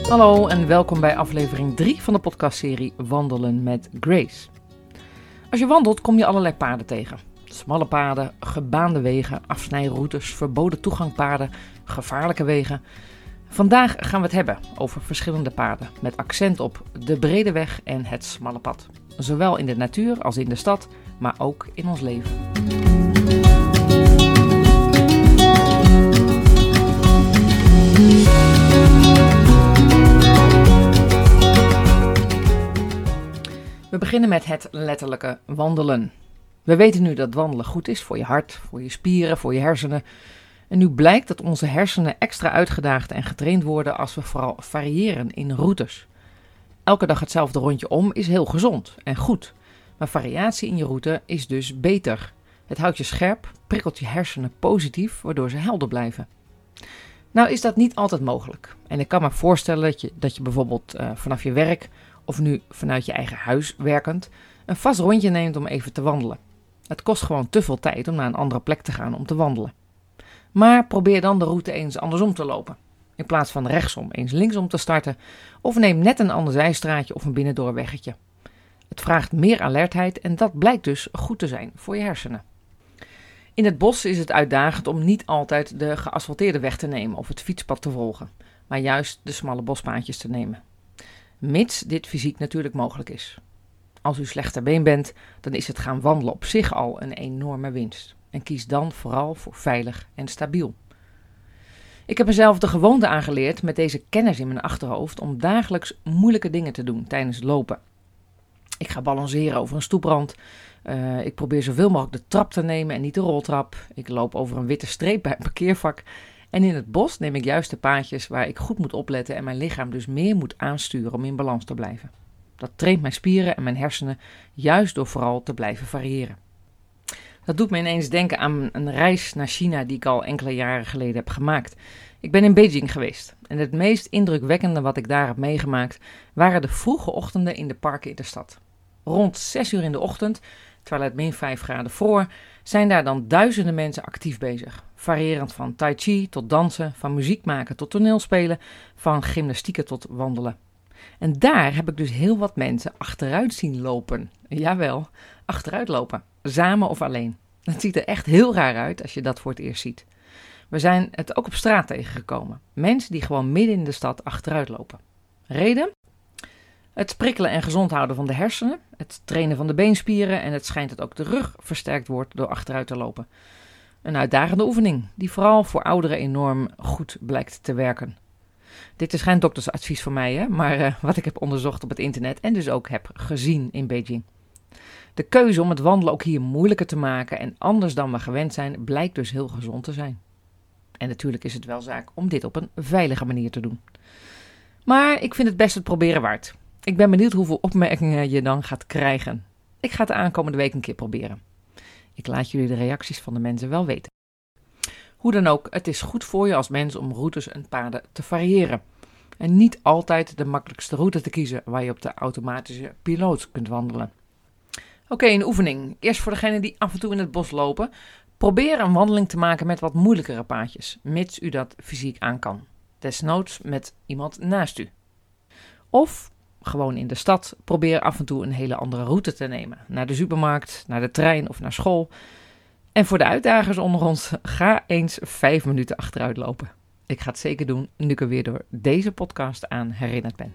Hallo en welkom bij aflevering 3 van de podcastserie Wandelen met Grace. Als je wandelt kom je allerlei paden tegen. Smalle paden, gebaande wegen, afsnijroutes, verboden toegangpaden, gevaarlijke wegen. Vandaag gaan we het hebben over verschillende paden met accent op de brede weg en het smalle pad. Zowel in de natuur als in de stad, maar ook in ons leven. We beginnen met het letterlijke wandelen. We weten nu dat wandelen goed is voor je hart, voor je spieren, voor je hersenen. En nu blijkt dat onze hersenen extra uitgedaagd en getraind worden als we vooral variëren in routes. Elke dag hetzelfde rondje om is heel gezond en goed. Maar variatie in je route is dus beter. Het houdt je scherp, prikkelt je hersenen positief, waardoor ze helder blijven. Nou is dat niet altijd mogelijk. En ik kan me voorstellen dat je bijvoorbeeld vanaf je werk of nu vanuit je eigen huis werkend een vast rondje neemt om even te wandelen. Het kost gewoon te veel tijd om naar een andere plek te gaan om te wandelen. Maar probeer dan de route eens andersom te lopen. In plaats van rechtsom eens linksom te starten of neem net een ander zijstraatje of een binnendoorweggetje. Het vraagt meer alertheid en dat blijkt dus goed te zijn voor je hersenen. In het bos is het uitdagend om niet altijd de geasfalteerde weg te nemen of het fietspad te volgen, maar juist de smalle bospaadjes te nemen. Mits dit fysiek natuurlijk mogelijk is. Als u slecht ter been bent, dan is het gaan wandelen op zich al een enorme winst. En kies dan vooral voor veilig en stabiel. Ik heb mezelf de gewoonte aangeleerd met deze kennis in mijn achterhoofd om dagelijks moeilijke dingen te doen tijdens het lopen. Ik ga balanceren over een stoeprand. Ik probeer zoveel mogelijk de trap te nemen en niet de roltrap. Ik loop over een witte streep bij een parkeervak. En in het bos neem ik juist de paadjes waar ik goed moet opletten en mijn lichaam dus meer moet aansturen om in balans te blijven. Dat traint mijn spieren en mijn hersenen juist door vooral te blijven variëren. Dat doet me ineens denken aan een reis naar China die ik al enkele jaren geleden heb gemaakt. Ik ben in Beijing geweest en het meest indrukwekkende wat ik daar heb meegemaakt waren de vroege ochtenden in de parken in de stad. Rond 6 uur in de ochtend, terwijl het -5 graden vroor, zijn daar dan duizenden mensen actief bezig. Variërend van tai chi tot dansen, van muziek maken tot toneelspelen, van gymnastieken tot wandelen. En daar heb ik dus heel wat mensen achteruit zien lopen. Jawel, achteruit lopen. Samen of alleen. Het ziet er echt heel raar uit als je dat voor het eerst ziet. We zijn het ook op straat tegengekomen. Mensen die gewoon midden in de stad achteruit lopen. Reden? Het prikkelen en gezond houden van de hersenen, het trainen van de beenspieren en het schijnt dat ook de rug versterkt wordt door achteruit te lopen. Een uitdagende oefening die vooral voor ouderen enorm goed blijkt te werken. Dit is geen doktersadvies voor mij, maar wat ik heb onderzocht op het internet en dus ook heb gezien in Beijing. De keuze om het wandelen ook hier moeilijker te maken en anders dan we gewend zijn, blijkt dus heel gezond te zijn. En natuurlijk is het wel zaak om dit op een veilige manier te doen. Maar ik vind het best het proberen waard. Ik ben benieuwd hoeveel opmerkingen je dan gaat krijgen. Ik ga het de aankomende week een keer proberen. Ik laat jullie de reacties van de mensen wel weten. Hoe dan ook, het is goed voor je als mens om routes en paden te variëren. En niet altijd de makkelijkste route te kiezen waar je op de automatische piloot kunt wandelen. Oké, een oefening. Eerst voor degenen die af en toe in het bos lopen. Probeer een wandeling te maken met wat moeilijkere paadjes, mits u dat fysiek aan kan. Desnoods met iemand naast u. Of gewoon in de stad, probeer af en toe een hele andere route te nemen. Naar de supermarkt, naar de trein of naar school. En voor de uitdagers onder ons, ga eens 5 minuten achteruit lopen. Ik ga het zeker doen, nu ik er weer door deze podcast aan herinnerd ben.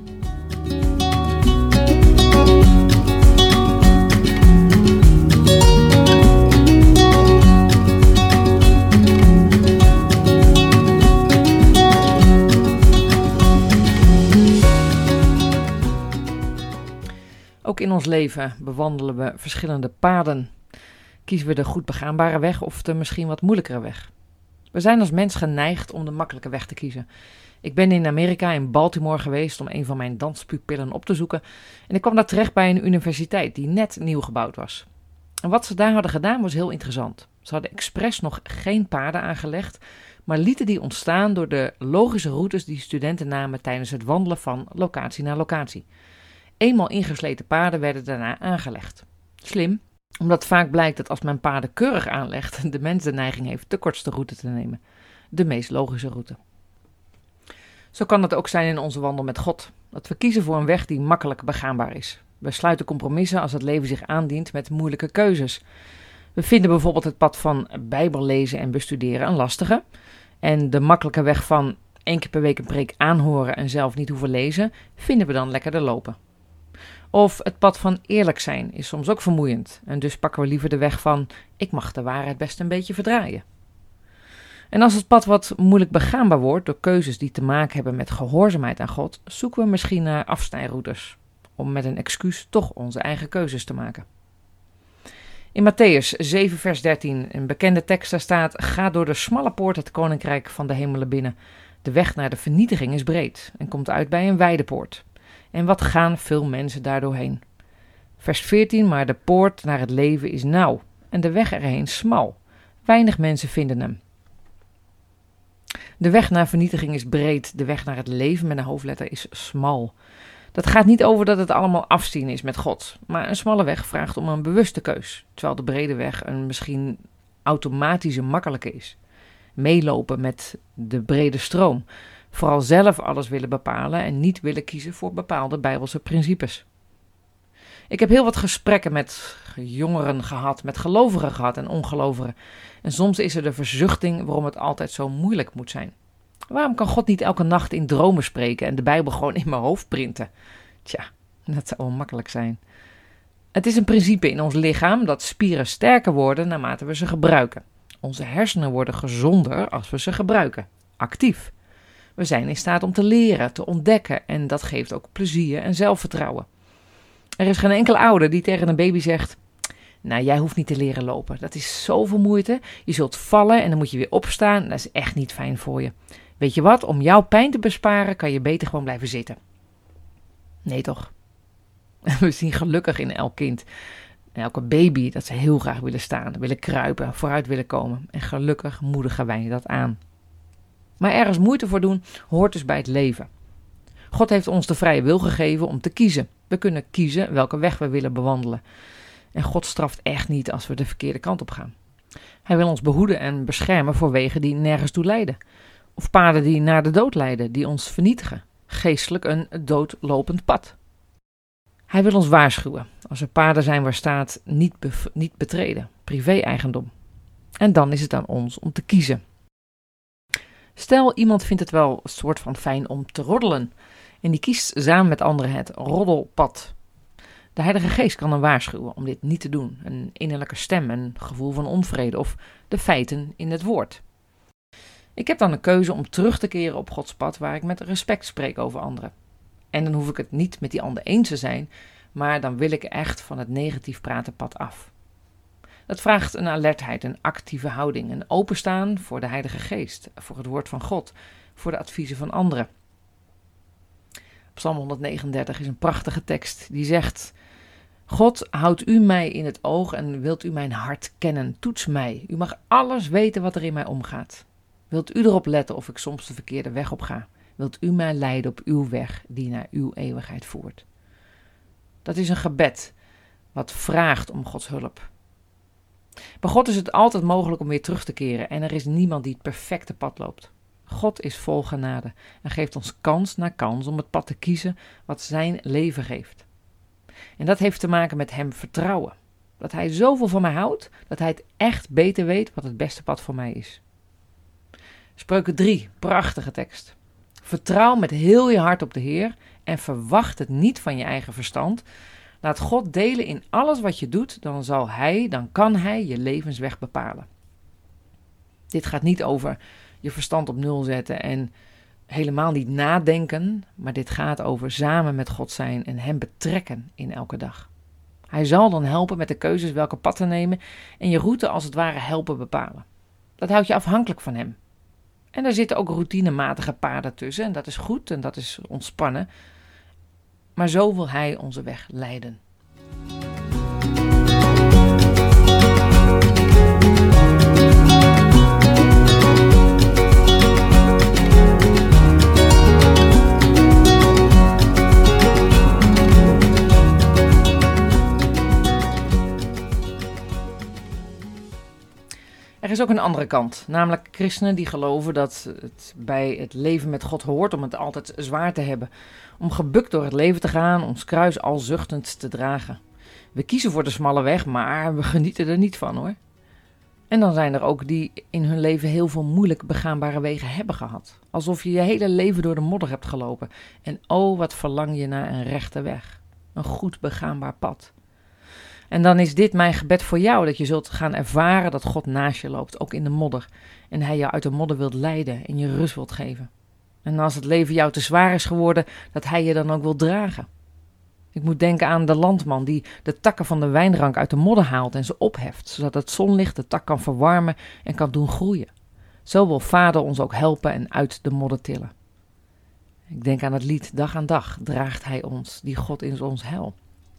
Ook in ons leven bewandelen we verschillende paden. Kiezen we de goed begaanbare weg of de misschien wat moeilijkere weg? We zijn als mens geneigd om de makkelijke weg te kiezen. Ik ben in Amerika, in Baltimore geweest om een van mijn danspupillen op te zoeken. En ik kwam daar terecht bij een universiteit die net nieuw gebouwd was. En wat ze daar hadden gedaan was heel interessant. Ze hadden expres nog geen paden aangelegd, maar lieten die ontstaan door de logische routes die studenten namen tijdens het wandelen van locatie naar locatie. Eenmaal ingesleten paden werden daarna aangelegd. Slim, omdat vaak blijkt dat als men paden keurig aanlegt, de mens de neiging heeft de kortste route te nemen. De meest logische route. Zo kan het ook zijn in onze wandel met God. Dat we kiezen voor een weg die makkelijk begaanbaar is. We sluiten compromissen als het leven zich aandient met moeilijke keuzes. We vinden bijvoorbeeld het pad van Bijbel lezen en bestuderen een lastige. En de makkelijke weg van 1 keer per week een preek aanhoren en zelf niet hoeven lezen, vinden we dan lekkerder lopen. Of het pad van eerlijk zijn is soms ook vermoeiend. En dus pakken we liever de weg van ik mag de waarheid best een beetje verdraaien. En als het pad wat moeilijk begaanbaar wordt door keuzes die te maken hebben met gehoorzaamheid aan God, zoeken we misschien naar afsnijroutes. Om met een excuus toch onze eigen keuzes te maken. In Matthäus 7 vers 13, een bekende tekst, daar staat: ga door de smalle poort het koninkrijk van de hemelen binnen. De weg naar de vernietiging is breed en komt uit bij een wijde poort. En wat gaan veel mensen daardoor heen? Vers 14, maar de poort naar het leven is nauw en de weg erheen smal. Weinig mensen vinden hem. De weg naar vernietiging is breed, de weg naar het leven met een hoofdletter is smal. Dat gaat niet over dat het allemaal afzien is met God, maar een smalle weg vraagt om een bewuste keus, terwijl de brede weg een misschien automatische makkelijke is. Meelopen met de brede stroom, vooral zelf alles willen bepalen en niet willen kiezen voor bepaalde Bijbelse principes. Ik heb heel wat gesprekken met jongeren gehad, met gelovigen gehad en ongelovigen. En soms is er de verzuchting waarom het altijd zo moeilijk moet zijn. Waarom kan God niet elke nacht in dromen spreken en de Bijbel gewoon in mijn hoofd printen? Tja, dat zou wel makkelijk zijn. Het is een principe in ons lichaam dat spieren sterker worden naarmate we ze gebruiken. Onze hersenen worden gezonder als we ze gebruiken. Actief. We zijn in staat om te leren, te ontdekken en dat geeft ook plezier en zelfvertrouwen. Er is geen enkele ouder die tegen een baby zegt: nou, jij hoeft niet te leren lopen. Dat is zoveel moeite. Je zult vallen en dan moet je weer opstaan. Dat is echt niet fijn voor je. Weet je wat? Om jouw pijn te besparen kan je beter gewoon blijven zitten. Nee toch? We zien gelukkig in elk kind, elke baby, dat ze heel graag willen staan, willen kruipen, vooruit willen komen. En gelukkig moedigen wij dat aan. Maar ergens moeite voor doen hoort dus bij het leven. God heeft ons de vrije wil gegeven om te kiezen. We kunnen kiezen welke weg we willen bewandelen. En God straft echt niet als we de verkeerde kant op gaan. Hij wil ons behoeden en beschermen voor wegen die nergens toe leiden. Of paden die naar de dood leiden, die ons vernietigen. Geestelijk een doodlopend pad. Hij wil ons waarschuwen als er paden zijn waar staat niet betreden, privé-eigendom. En dan is het aan ons om te kiezen. Stel, iemand vindt het wel een soort van fijn om te roddelen. En die kiest samen met anderen het roddelpad. De Heilige Geest kan hem waarschuwen om dit niet te doen. Een innerlijke stem, een gevoel van onvrede of de feiten in het woord. Ik heb dan een keuze om terug te keren op Gods pad waar ik met respect spreek over anderen. En dan hoef ik het niet met die ander eens te zijn, maar dan wil ik echt van het negatief praten pad af. Dat vraagt een alertheid, een actieve houding, een openstaan voor de Heilige Geest, voor het woord van God, voor de adviezen van anderen. Psalm 139 is een prachtige tekst die zegt: God, houdt u mij in het oog en wilt u mijn hart kennen, toets mij. U mag alles weten wat er in mij omgaat. Wilt u erop letten of ik soms de verkeerde weg op ga? Wilt u mij leiden op uw weg die naar uw eeuwigheid voert? Dat is een gebed wat vraagt om Gods hulp. Bij God is het altijd mogelijk om weer terug te keren en er is niemand die het perfecte pad loopt. God is vol genade en geeft ons kans na kans om het pad te kiezen wat zijn leven geeft. En dat heeft te maken met hem vertrouwen. Dat hij zoveel van mij houdt, dat hij het echt beter weet wat het beste pad voor mij is. Spreuken 3, prachtige tekst. Vertrouw met heel je hart op de Heer en verwacht het niet van je eigen verstand. Laat God delen in alles wat je doet, dan kan hij je levensweg bepalen. Dit gaat niet over je verstand op nul zetten en helemaal niet nadenken, maar dit gaat over samen met God zijn en hem betrekken in elke dag. Hij zal dan helpen met de keuzes welke pad te nemen en je route als het ware helpen bepalen. Dat houdt je afhankelijk van hem. En daar zitten ook routinematige paden tussen en dat is goed en dat is ontspannen. Maar zo wil hij onze weg leiden. Er is ook een andere kant, namelijk christenen die geloven dat het bij het leven met God hoort om het altijd zwaar te hebben. Om gebukt door het leven te gaan, ons kruis al zuchtend te dragen. We kiezen voor de smalle weg, maar we genieten er niet van hoor. En dan zijn er ook die in hun leven heel veel moeilijk begaanbare wegen hebben gehad. Alsof je je hele leven door de modder hebt gelopen. En oh, wat verlang je naar een rechte weg. Een goed begaanbaar pad. En dan is dit mijn gebed voor jou, dat je zult gaan ervaren dat God naast je loopt, ook in de modder. En hij jou uit de modder wilt leiden en je rust wilt geven. En als het leven jou te zwaar is geworden, dat hij je dan ook wil dragen. Ik moet denken aan de landman die de takken van de wijnrank uit de modder haalt en ze opheft, zodat het zonlicht de tak kan verwarmen en kan doen groeien. Zo wil Vader ons ook helpen en uit de modder tillen. Ik denk aan het lied Dag aan dag draagt hij ons, die God is ons heil.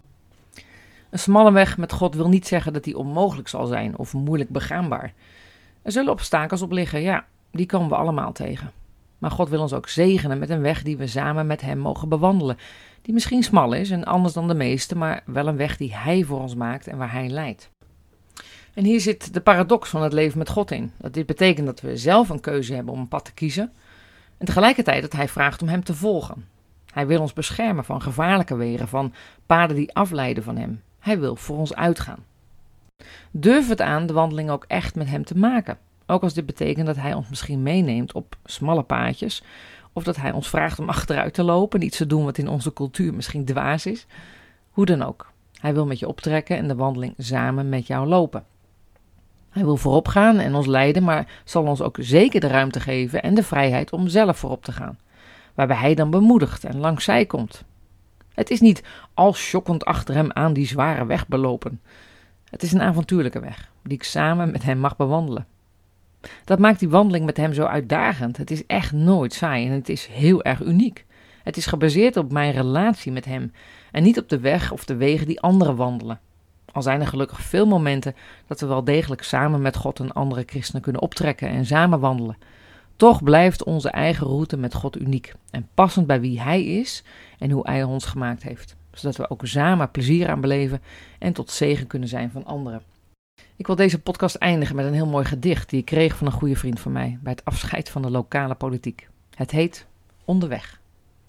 Een smalle weg met God wil niet zeggen dat die onmogelijk zal zijn of moeilijk begaanbaar. Er zullen obstakels op liggen, ja, die komen we allemaal tegen. Maar God wil ons ook zegenen met een weg die we samen met hem mogen bewandelen. Die misschien smal is en anders dan de meeste, maar wel een weg die hij voor ons maakt en waar hij leidt. En hier zit de paradox van het leven met God in. Dat dit betekent dat we zelf een keuze hebben om een pad te kiezen. En tegelijkertijd dat hij vraagt om hem te volgen. Hij wil ons beschermen van gevaarlijke wegen, van paden die afleiden van hem. Hij wil voor ons uitgaan. Durf het aan de wandeling ook echt met hem te maken. Ook als dit betekent dat hij ons misschien meeneemt op smalle paadjes. Of dat hij ons vraagt om achteruit te lopen. Iets te doen wat in onze cultuur misschien dwaas is. Hoe dan ook. Hij wil met je optrekken en de wandeling samen met jou lopen. Hij wil voorop gaan en ons leiden, maar zal ons ook zeker de ruimte geven en de vrijheid om zelf voorop te gaan. Waarbij hij dan bemoedigt en langs zij komt. Het is niet al schokkend achter hem aan die zware weg belopen. Het is een avontuurlijke weg, die ik samen met hem mag bewandelen. Dat maakt die wandeling met hem zo uitdagend. Het is echt nooit saai en het is heel erg uniek. Het is gebaseerd op mijn relatie met hem en niet op de weg of de wegen die anderen wandelen. Al zijn er gelukkig veel momenten dat we wel degelijk samen met God en andere christenen kunnen optrekken en samen wandelen. Toch blijft onze eigen route met God uniek en passend bij wie hij is en hoe hij ons gemaakt heeft. Zodat we ook samen plezier aan beleven en tot zegen kunnen zijn van anderen. Ik wil deze podcast eindigen met een heel mooi gedicht die ik kreeg van een goede vriend van mij bij het afscheid van de lokale politiek. Het heet Onderweg.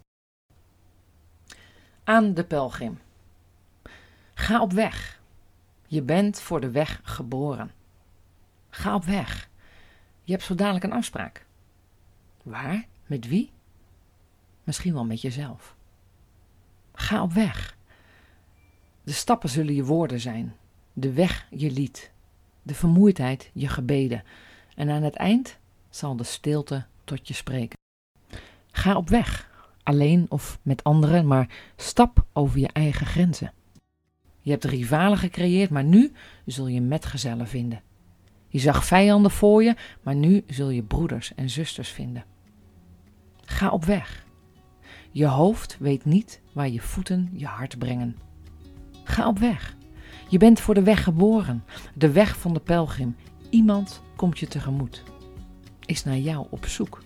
Aan de pelgrim. Ga op weg. Je bent voor de weg geboren. Ga op weg. Je hebt zo dadelijk een afspraak. Waar? Met wie? Misschien wel met jezelf. Ga op weg. De stappen zullen je woorden zijn. De weg je lied. De vermoeidheid je gebeden. En aan het eind zal de stilte tot je spreken. Ga op weg. Alleen of met anderen, maar stap over je eigen grenzen. Je hebt rivalen gecreëerd, maar nu zul je metgezellen vinden. Je zag vijanden voor je, maar nu zul je broeders en zusters vinden. Ga op weg. Je hoofd weet niet waar je voeten je hart brengen. Ga op weg. Je bent voor de weg geboren, de weg van de pelgrim. Iemand komt je tegemoet, is naar jou op zoek.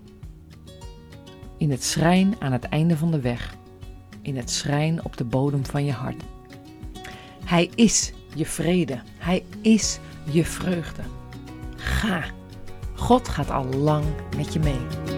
In het schrijn aan het einde van de weg, in het schrijn op de bodem van je hart. Hij is je vrede, hij is je vreugde. Ga, God gaat al lang met je mee.